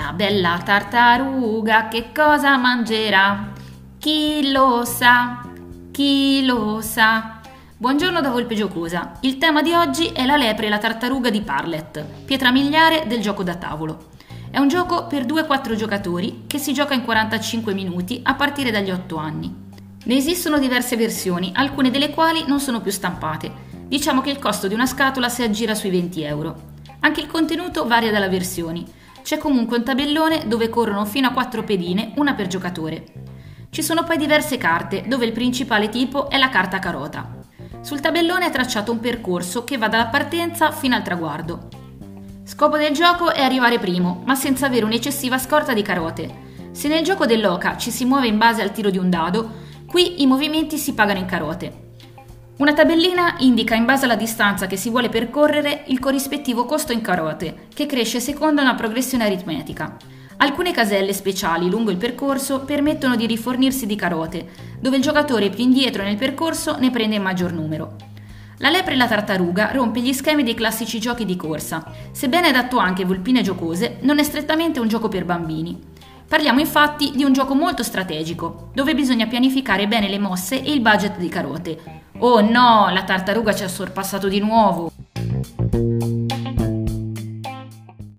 La bella tartaruga che cosa mangerà? Chi lo sa? Chi lo sa? Buongiorno da Volpe Giocosa. Il tema di oggi è la lepre e la tartaruga di Parlet, pietra miliare del gioco da tavolo. È un gioco per 2-4 giocatori che si gioca in 45 minuti a partire dagli 8 anni. Ne esistono diverse versioni, alcune delle quali non sono più stampate. Diciamo che il costo di una scatola si aggira sui 20 euro. Anche il contenuto varia dalle versioni. C'è comunque un tabellone dove corrono fino a 4 pedine, una per giocatore. Ci sono poi diverse carte, dove il principale tipo è la carta carota. Sul tabellone è tracciato un percorso che va dalla partenza fino al traguardo. Scopo del gioco è arrivare primo, ma senza avere un'eccessiva scorta di carote. Se nel gioco dell'oca ci si muove in base al tiro di un dado, qui i movimenti si pagano in carote. Una tabellina indica in base alla distanza che si vuole percorrere il corrispettivo costo in carote, che cresce secondo una progressione aritmetica. Alcune caselle speciali lungo il percorso permettono di rifornirsi di carote, dove il giocatore più indietro nel percorso ne prende il maggior numero. La lepre e la tartaruga rompe gli schemi dei classici giochi di corsa. Sebbene adatto anche a volpine giocose, non è strettamente un gioco per bambini. Parliamo infatti di un gioco molto strategico, dove bisogna pianificare bene le mosse e il budget di carote. Oh no, la tartaruga ci ha sorpassato di nuovo!